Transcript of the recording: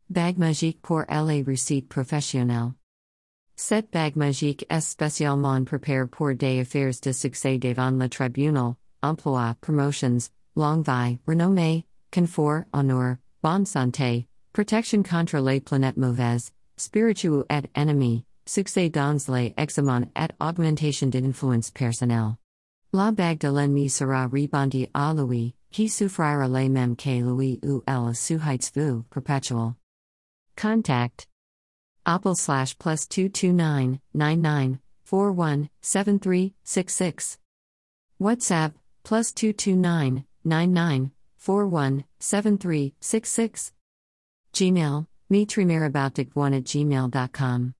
Bague magique pour les recettes professionnelles. Cette bague magique est spécialement préparée pour des affaires de succès devant le tribunal, emploi, promotions, longue vie, renommée, confort, honneur, bonne santé, protection contre les planètes mauvaises, spiritueux et ennemis, succès dans les examens et augmentation d'influence personnelle. La bague de l'ennemi sera rebondie à lui, qui souffrira les mêmes que lui ou elle souhaite vous perpetuel. Contact Apple / +229 99 41 73 66. WhatsApp +229 99 41 73 66. Gmail, mitrimirabout@gmail.com.